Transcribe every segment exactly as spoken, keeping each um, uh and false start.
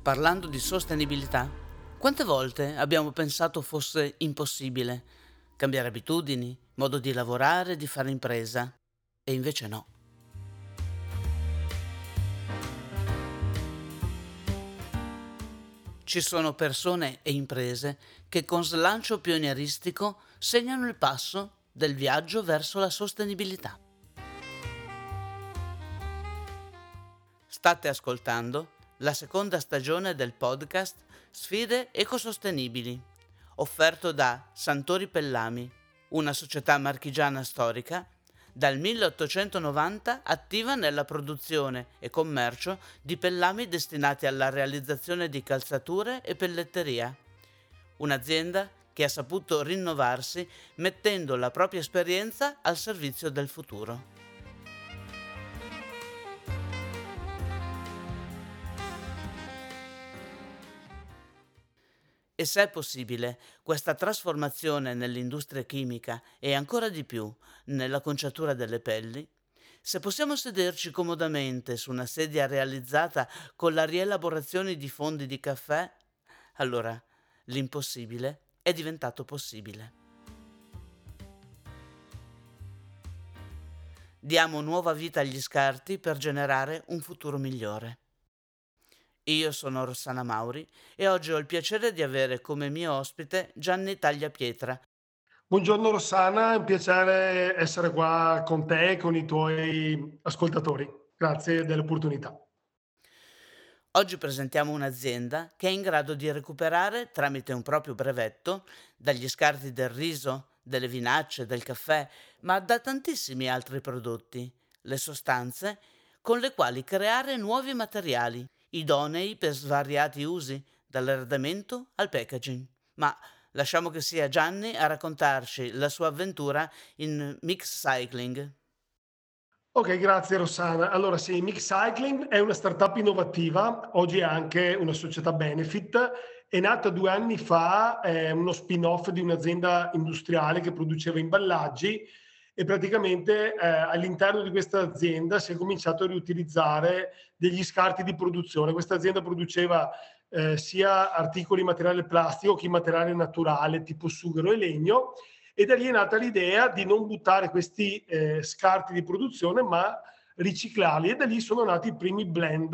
Parlando di sostenibilità, quante volte abbiamo pensato fosse impossibile cambiare abitudini, modo di lavorare, di fare impresa? E invece no. Ci sono persone e imprese che con slancio pionieristico segnano il passo del viaggio verso la sostenibilità. State ascoltando la seconda stagione del podcast Sfide ecosostenibili, offerto da Santori Pellami, una società marchigiana storica, dal milleottocentonovanta attiva nella produzione e commercio di pellami destinati alla realizzazione di calzature e pelletteria. Un'azienda che ha saputo rinnovarsi mettendo la propria esperienza al servizio del futuro. E se è possibile, questa trasformazione nell'industria chimica e ancora di più nella conciatura delle pelli, se possiamo sederci comodamente su una sedia realizzata con la rielaborazione di fondi di caffè, allora l'impossibile è diventato possibile. Diamo nuova vita agli scarti per generare un futuro migliore. Io sono Rossana Mauri e oggi ho il piacere di avere come mio ospite Gianni Tagliapietra. Buongiorno Rossana, è un piacere essere qua con te e con i tuoi ascoltatori. Grazie dell'opportunità. Oggi presentiamo un'azienda che è in grado di recuperare, tramite un proprio brevetto, dagli scarti del riso, delle vinacce, del caffè, ma da tantissimi altri prodotti, le sostanze con le quali creare nuovi materiali, idonei per svariati usi, dall'arredamento al packaging. Ma lasciamo che sia Gianni a raccontarci la sua avventura in Mix Cycling. Ok, grazie Rossana. Allora sì, Mix Cycling è una startup innovativa, oggi è anche una società benefit, è nata due anni fa, è uno spin-off di un'azienda industriale che produceva imballaggi e praticamente eh, all'interno di questa azienda si è cominciato a riutilizzare degli scarti di produzione. Questa azienda produceva eh, sia articoli in materiale plastico che in materiale naturale tipo sughero e legno, e da lì è nata l'idea di non buttare questi eh, scarti di produzione ma riciclarli, e da lì sono nati i primi blend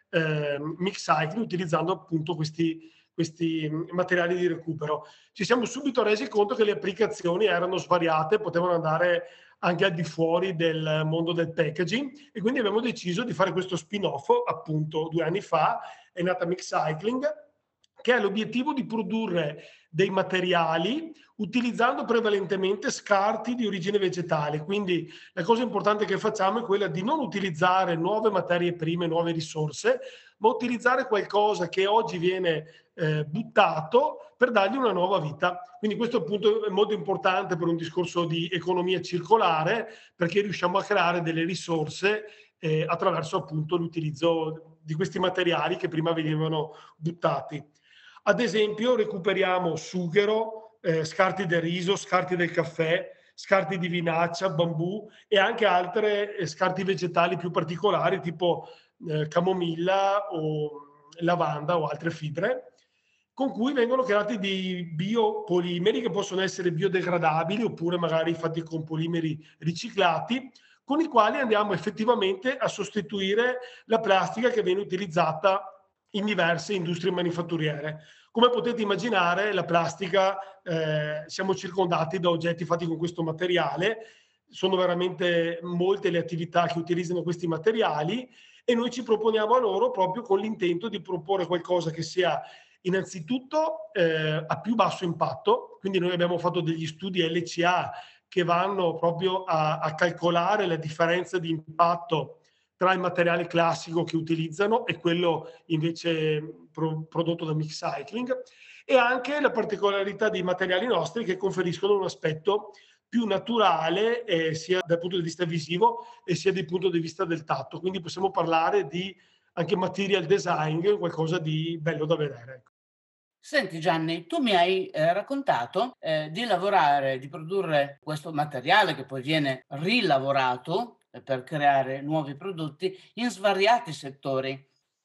eh, mix cycling utilizzando appunto questi, questi materiali di recupero. Ci siamo subito resi conto che le applicazioni erano svariate, potevano andare anche al di fuori del mondo del packaging, e quindi abbiamo deciso di fare questo spin-off appunto due anni fa. È nata Mix Cycling, che ha l'obiettivo di produrre dei materiali utilizzando prevalentemente scarti di origine vegetale. Quindi la cosa importante che facciamo è quella di non utilizzare nuove materie prime, nuove risorse, ma utilizzare qualcosa che oggi viene eh, buttato per dargli una nuova vita. Quindi questo appunto è molto importante per un discorso di economia circolare, perché riusciamo a creare delle risorse eh, attraverso appunto l'utilizzo di questi materiali che prima venivano buttati. Ad esempio recuperiamo sughero, eh, scarti del riso, scarti del caffè, scarti di vinaccia, bambù e anche altre eh, scarti vegetali più particolari tipo eh, camomilla o lavanda o altre fibre, con cui vengono creati dei biopolimeri che possono essere biodegradabili oppure magari fatti con polimeri riciclati, con i quali andiamo effettivamente a sostituire la plastica che viene utilizzata in diverse industrie manifatturiere. Come potete immaginare, la plastica, eh, siamo circondati da oggetti fatti con questo materiale, sono veramente molte le attività che utilizzano questi materiali, e noi ci proponiamo a loro proprio con l'intento di proporre qualcosa che sia innanzitutto eh, a più basso impatto. Quindi noi abbiamo fatto degli studi L C A che vanno proprio a, a calcolare la differenza di impatto tra il materiale classico che utilizzano e quello invece pro, prodotto da Mix Cycling, e anche la particolarità dei materiali nostri che conferiscono un aspetto più naturale eh, sia dal punto di vista visivo e sia dal punto di vista del tatto. Quindi possiamo parlare di anche material design, qualcosa di bello da vedere. Senti Gianni, tu mi hai eh, raccontato eh, di lavorare, di produrre questo materiale che poi viene rilavorato eh, per creare nuovi prodotti in svariati settori.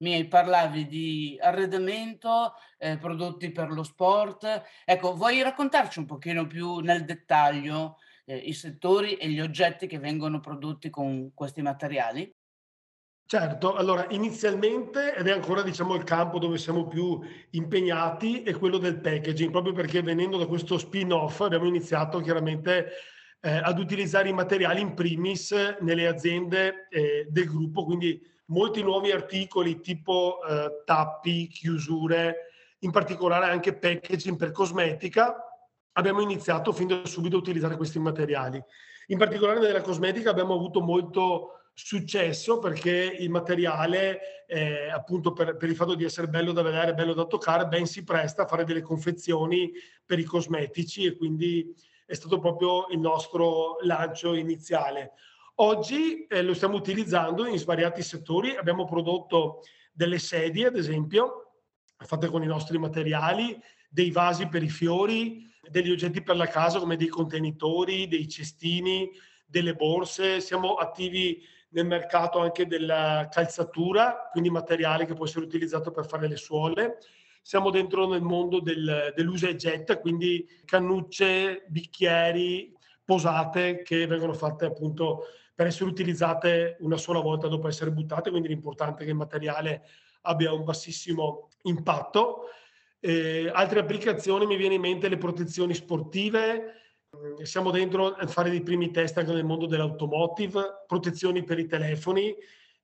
Mi parlavi di arredamento, ehm, prodotti per lo sport. Ecco, vuoi raccontarci un pochino più nel dettaglio, ehm, i settori e gli oggetti che vengono prodotti con questi materiali? Certo, allora inizialmente, ed è ancora diciamo il campo dove siamo più impegnati, è quello del packaging, proprio perché venendo da questo spin-off abbiamo iniziato chiaramente, ehm, ad utilizzare i materiali in primis nelle aziende, ehm, del gruppo, quindi molti nuovi articoli tipo, ehm, tappi, chiusure, in particolare anche packaging per cosmetica, abbiamo iniziato fin da subito a utilizzare questi materiali. In particolare nella cosmetica abbiamo avuto molto successo perché il materiale, ehm, appunto per per il fatto di essere bello da vedere, bello da toccare, ben si presta a fare delle confezioni per i cosmetici e quindi è stato proprio il nostro lancio iniziale. Oggi, ehm, lo stiamo utilizzando in svariati settori. Abbiamo prodotto delle sedie, ad esempio, fatte con i nostri materiali, dei vasi per i fiori, degli oggetti per la casa come dei contenitori, dei cestini, delle borse. Siamo attivi nel mercato anche della calzatura, quindi materiale che può essere utilizzato per fare le suole. Siamo dentro nel mondo del, dell'usa e getta, quindi cannucce, bicchieri, posate che vengono fatte appunto per essere utilizzate una sola volta dopo essere buttate, quindi l'importante è che il materiale abbia un bassissimo impatto. Eh, altre applicazioni mi viene in mente le protezioni sportive. Mm, siamo dentro a fare dei primi test anche nel mondo dell'automotive, protezioni per i telefoni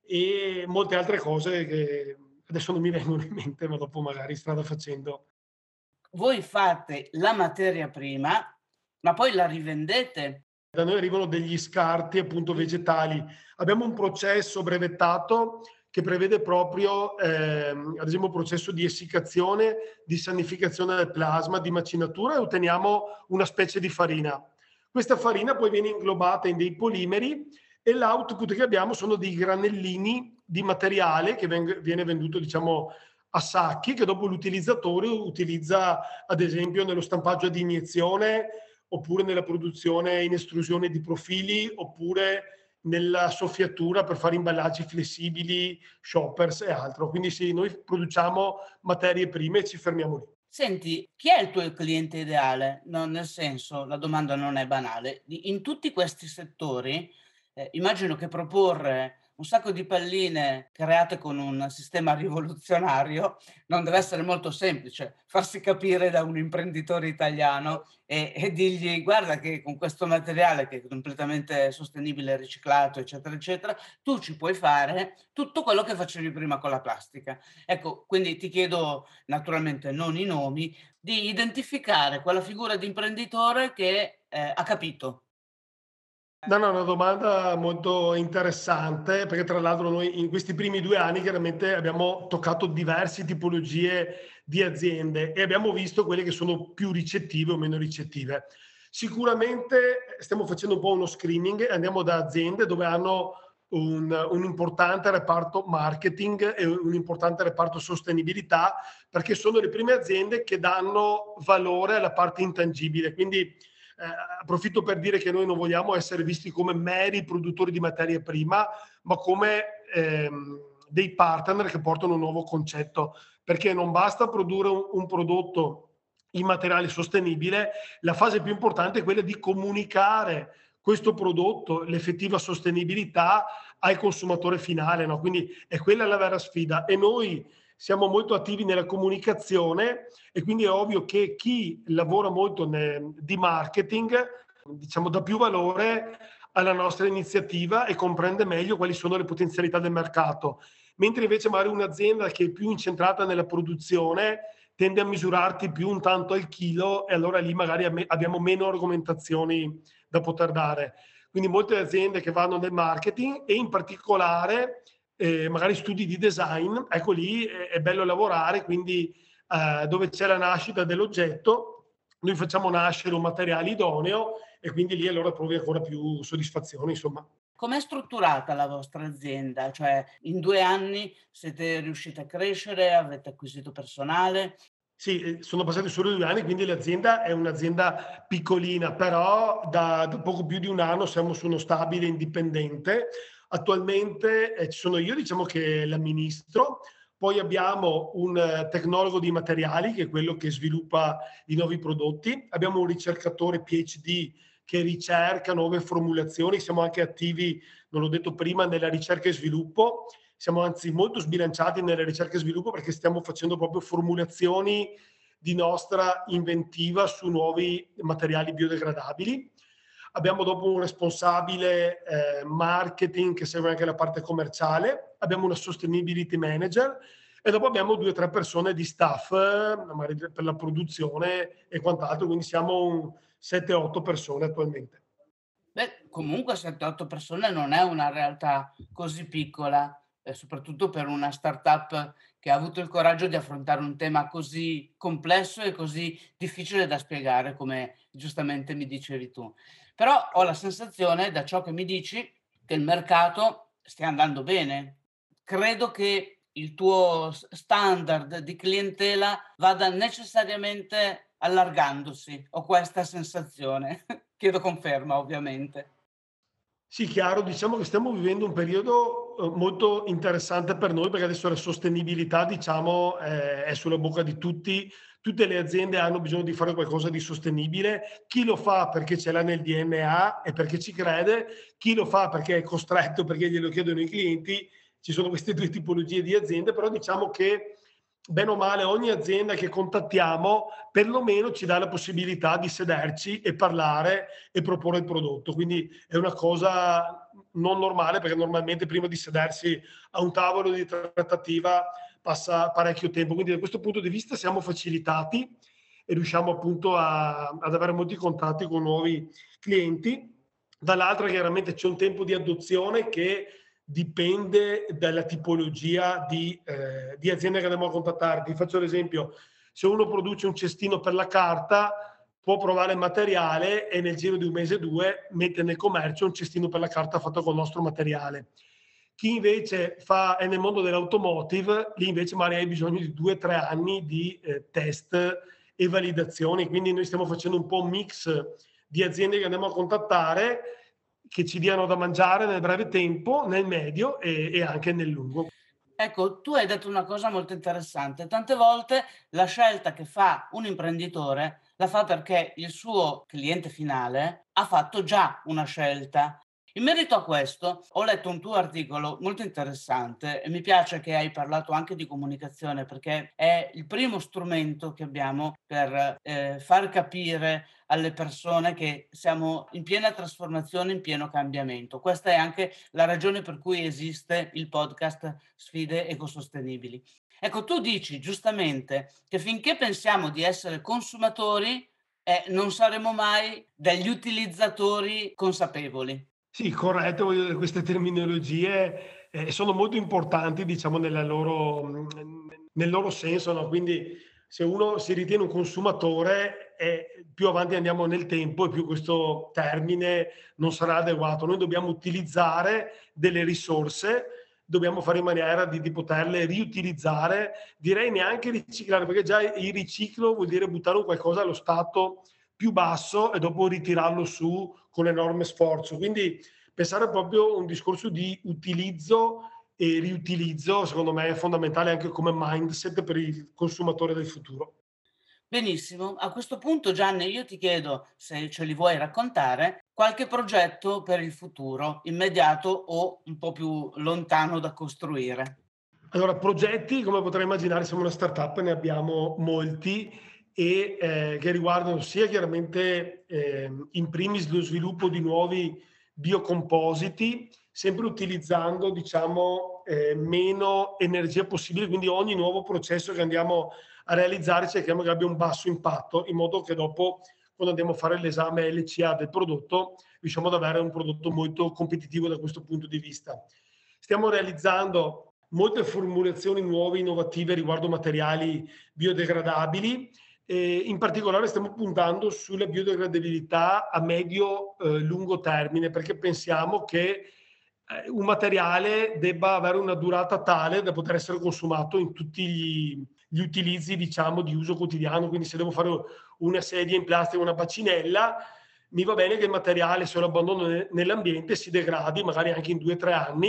e molte altre cose che adesso non mi vengono in mente, ma dopo magari strada facendo. Voi fate la materia prima, ma poi la rivendete? Da noi arrivano degli scarti appunto vegetali. Abbiamo un processo brevettato che prevede proprio, ehm, ad esempio, un processo di essiccazione, di sanificazione del plasma, di macinatura e otteniamo una specie di farina. Questa farina poi viene inglobata in dei polimeri e l'output che abbiamo sono dei granellini di materiale che veng- viene venduto, diciamo, a sacchi che dopo l'utilizzatore utilizza, ad esempio, nello stampaggio ad iniezione oppure nella produzione in estrusione di profili, oppure nella soffiatura per fare imballaggi flessibili, shoppers e altro. Quindi sì, noi produciamo materie prime e ci fermiamo lì. Senti, chi è il tuo cliente ideale? No, nel senso, la domanda non è banale. Di in tutti questi settori, ehm, immagino che proporre un sacco di palline create con un sistema rivoluzionario non deve essere molto semplice. Farsi capire da un imprenditore italiano e e dirgli: "Guarda che con questo materiale che è completamente sostenibile, riciclato, eccetera, eccetera, tu ci puoi fare tutto quello che facevi prima con la plastica". Ecco, quindi ti chiedo, naturalmente non i nomi, di identificare quella figura di imprenditore che, ehm, ha capito. No, no, una domanda molto interessante, perché tra l'altro noi in questi primi due anni chiaramente abbiamo toccato diverse tipologie di aziende e abbiamo visto quelle che sono più ricettive o meno ricettive. Sicuramente stiamo facendo un po' uno screening, andiamo da aziende dove hanno un, un importante reparto marketing e un importante reparto sostenibilità, perché sono le prime aziende che danno valore alla parte intangibile. Quindi eh, approfitto per dire che noi non vogliamo essere visti come meri produttori di materia prima, ma come ehm, dei partner che portano un nuovo concetto, perché non basta produrre un, un prodotto in materiale sostenibile, la fase più importante è quella di comunicare questo prodotto, l'effettiva sostenibilità al consumatore finale, no? Quindi è quella la vera sfida e noi siamo molto attivi nella comunicazione e quindi è ovvio che chi lavora molto ne, di marketing, diciamo, dà più valore alla nostra iniziativa e comprende meglio quali sono le potenzialità del mercato. Mentre invece magari un'azienda che è più incentrata nella produzione tende a misurarti più un tanto al chilo e allora lì magari abbiamo meno argomentazioni da poter dare. Quindi molte aziende che vanno nel marketing e in particolare eh, magari studi di design, ecco lì è, è bello lavorare, quindi eh, dove c'è la nascita dell'oggetto, noi facciamo nascere un materiale idoneo e quindi lì allora provi ancora più soddisfazione, insomma. Com'è strutturata la vostra azienda? Cioè, in due anni siete riusciti a crescere, avete acquisito personale? Sì, eh, sono passati solo due anni, quindi l'azienda è un'azienda piccolina, però da, da poco più di un anno siamo su uno stabile indipendente. Attualmente eh, ci sono io, diciamo che l'amministro, Poi abbiamo un eh, tecnologo di materiali, che è quello che sviluppa i nuovi prodotti. Abbiamo un ricercatore PhD che ricerca nuove formulazioni. Siamo anche attivi, non l'ho detto prima, nella ricerca e sviluppo. Siamo anzi molto sbilanciati nella ricerca e sviluppo, perché stiamo facendo proprio formulazioni di nostra inventiva su nuovi materiali biodegradabili. Abbiamo dopo un responsabile eh, marketing che segue anche la parte commerciale, abbiamo una sustainability manager e dopo abbiamo due o tre persone di staff, eh, magari per la produzione e quant'altro, quindi siamo un sette otto persone attualmente. Beh, comunque sette otto persone non è una realtà così piccola, e soprattutto per una startup che ha avuto il coraggio di affrontare un tema così complesso e così difficile da spiegare, come giustamente mi dicevi tu. Però ho la sensazione, da ciò che mi dici, che il mercato stia andando bene. Credo che il tuo s standard di clientela vada necessariamente allargandosi. Ho questa sensazione. Chiedo conferma, ovviamente. Sì, chiaro, diciamo che stiamo vivendo un periodo eh, molto interessante per noi, perché adesso la sostenibilità, diciamo, eh, è sulla bocca di tutti. Tutte le aziende hanno bisogno di fare qualcosa di sostenibile. Chi lo fa perché ce l'ha nel D N A e perché ci crede, chi lo fa perché è costretto, perché glielo chiedono i clienti. Ci sono queste due tipologie di aziende, però diciamo che bene o male ogni azienda che contattiamo perlomeno ci dà la possibilità di sederci e parlare e proporre il prodotto. Quindi è una cosa non normale, perché normalmente prima di sedersi a un tavolo di trattativa passa parecchio tempo. Quindi da questo punto di vista siamo facilitati e riusciamo appunto a, ad avere molti contatti con nuovi clienti. Dall'altra chiaramente c'è un tempo di adozione che dipende dalla tipologia di, eh, di azienda che andiamo a contattare. Ti faccio l'esempio: se uno produce un cestino per la carta, può provare il materiale e nel giro di un mese o due mette nel commercio un cestino per la carta fatto con il nostro materiale. Chi invece fa, è nel mondo dell'automotive, lì invece magari hai bisogno di due o tre anni di eh, test e validazioni. Quindi noi stiamo facendo un po' un mix di aziende che andiamo a contattare, che ci diano da mangiare nel breve tempo, nel medio e, e anche nel lungo. Ecco, tu hai detto una cosa molto interessante. Tante volte la scelta che fa un imprenditore la fa perché il suo cliente finale ha fatto già una scelta. In merito a questo, ho letto un tuo articolo molto interessante e mi piace che hai parlato anche di comunicazione, perché è il primo strumento che abbiamo per eh, far capire alle persone che siamo in piena trasformazione, in pieno cambiamento. Questa è anche la ragione per cui esiste il podcast Sfide ecosostenibili. Ecco, tu dici giustamente che finché pensiamo di essere consumatori, eh, non saremo mai degli utilizzatori consapevoli. Sì, corretto, voglio dire, queste terminologie eh, sono molto importanti, diciamo, nella loro, mh, nel loro senso, no? Quindi se uno si ritiene un consumatore, eh, più avanti andiamo nel tempo e più questo termine non sarà adeguato. Noi dobbiamo utilizzare delle risorse, dobbiamo fare in maniera di, di poterle riutilizzare, direi neanche riciclare, perché già il riciclo vuol dire buttare un qualcosa allo stato più basso e dopo ritirarlo su con enorme sforzo. Quindi pensare proprio a un discorso di utilizzo e riutilizzo, secondo me, è fondamentale anche come mindset per il consumatore del futuro. Benissimo, a questo punto Gianni io ti chiedo se ce li vuoi raccontare qualche progetto per il futuro, immediato o un po' più lontano da costruire. Allora, progetti, come potrai immaginare, siamo una startup, ne abbiamo molti e eh, che riguardano sia chiaramente eh, in primis lo sviluppo di nuovi biocompositi, sempre utilizzando diciamo eh, meno energia possibile, quindi ogni nuovo processo che andiamo a realizzare cerchiamo che abbia un basso impatto, in modo che dopo, quando andiamo a fare l'esame L C A del prodotto, riusciamo ad avere un prodotto molto competitivo da questo punto di vista. Stiamo realizzando molte formulazioni nuove, innovative riguardo materiali biodegradabili. E in particolare stiamo puntando sulla biodegradabilità a medio-lungo eh, termine, perché pensiamo che eh, un materiale debba avere una durata tale da poter essere consumato in tutti gli, gli utilizzi, diciamo, di uso quotidiano. Quindi se devo fare una sedia in plastica, una bacinella, mi va bene che il materiale, se lo abbandono nell'ambiente, si degradi magari anche in due o tre anni,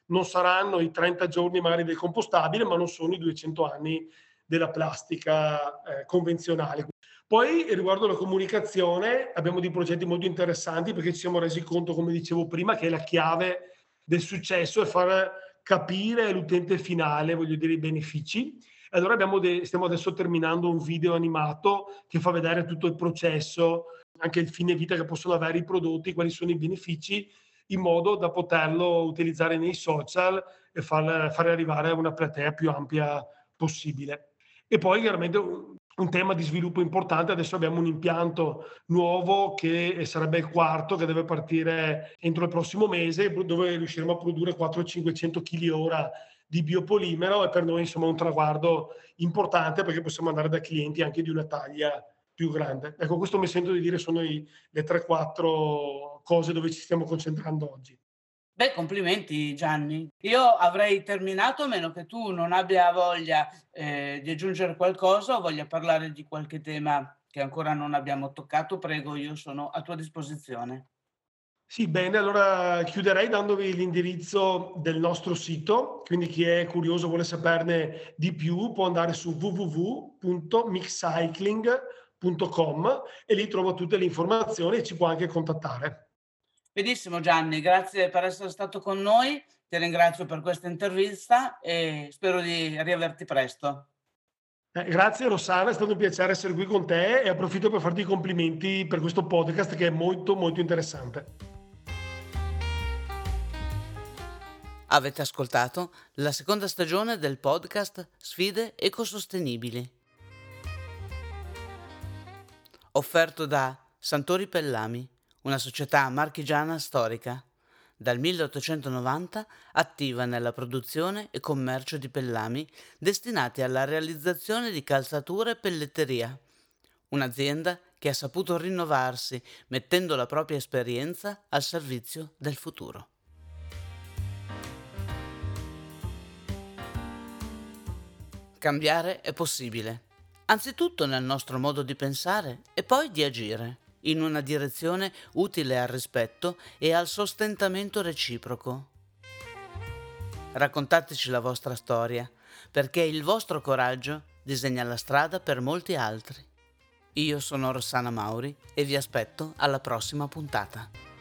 non saranno i trenta giorni magari del compostabile, ma non sono i duecento anni della plastica eh, convenzionale. Poi riguardo alla comunicazione abbiamo dei progetti molto interessanti, perché ci siamo resi conto, come dicevo prima, che la chiave del successo è far capire all'utente finale, voglio dire, i benefici. Allora abbiamo de- stiamo adesso terminando un video animato che fa vedere tutto il processo, anche il fine vita che possono avere i prodotti, quali sono i benefici, in modo da poterlo utilizzare nei social e far, fare arrivare a una platea più ampia possibile. E poi chiaramente un, un tema di sviluppo importante: adesso abbiamo un impianto nuovo che sarebbe il quarto, che deve partire entro il prossimo mese, dove riusciremo a produrre quattrocento cinquecento chili ora di biopolimero, e per noi insomma un traguardo importante, perché possiamo andare da clienti anche di una taglia più grande. Ecco, questo mi sento di dire sono i, le tre quattro cose dove ci stiamo concentrando oggi. Beh, complimenti Gianni. Io avrei terminato, a meno che tu non abbia voglia eh, di aggiungere qualcosa o voglia parlare di qualche tema che ancora non abbiamo toccato. Prego, io sono a tua disposizione. Sì, bene, allora chiuderei dandovi l'indirizzo del nostro sito, quindi chi è curioso, vuole saperne di più, può andare su w w w punto mixcycling punto com e lì trova tutte le informazioni e ci può anche contattare. Benissimo Gianni, grazie per essere stato con noi, ti ringrazio per questa intervista e spero di riaverti presto. Eh, grazie Rossana, è stato un piacere essere qui con te, e approfitto per farti i complimenti per questo podcast che è molto molto interessante. Avete ascoltato la seconda stagione del podcast Sfide ecosostenibili, offerto da Santori Pellami, una società marchigiana storica, dal milleottocentonovanta attiva nella produzione e commercio di pellami destinati alla realizzazione di calzature e pelletteria, un'azienda che ha saputo rinnovarsi mettendo la propria esperienza al servizio del futuro. Cambiare è possibile, anzitutto nel nostro modo di pensare e poi di agire, in una direzione utile al rispetto e al sostentamento reciproco. Raccontateci la vostra storia, perché il vostro coraggio disegna la strada per molti altri. Io sono Rossana Mauri e vi aspetto alla prossima puntata.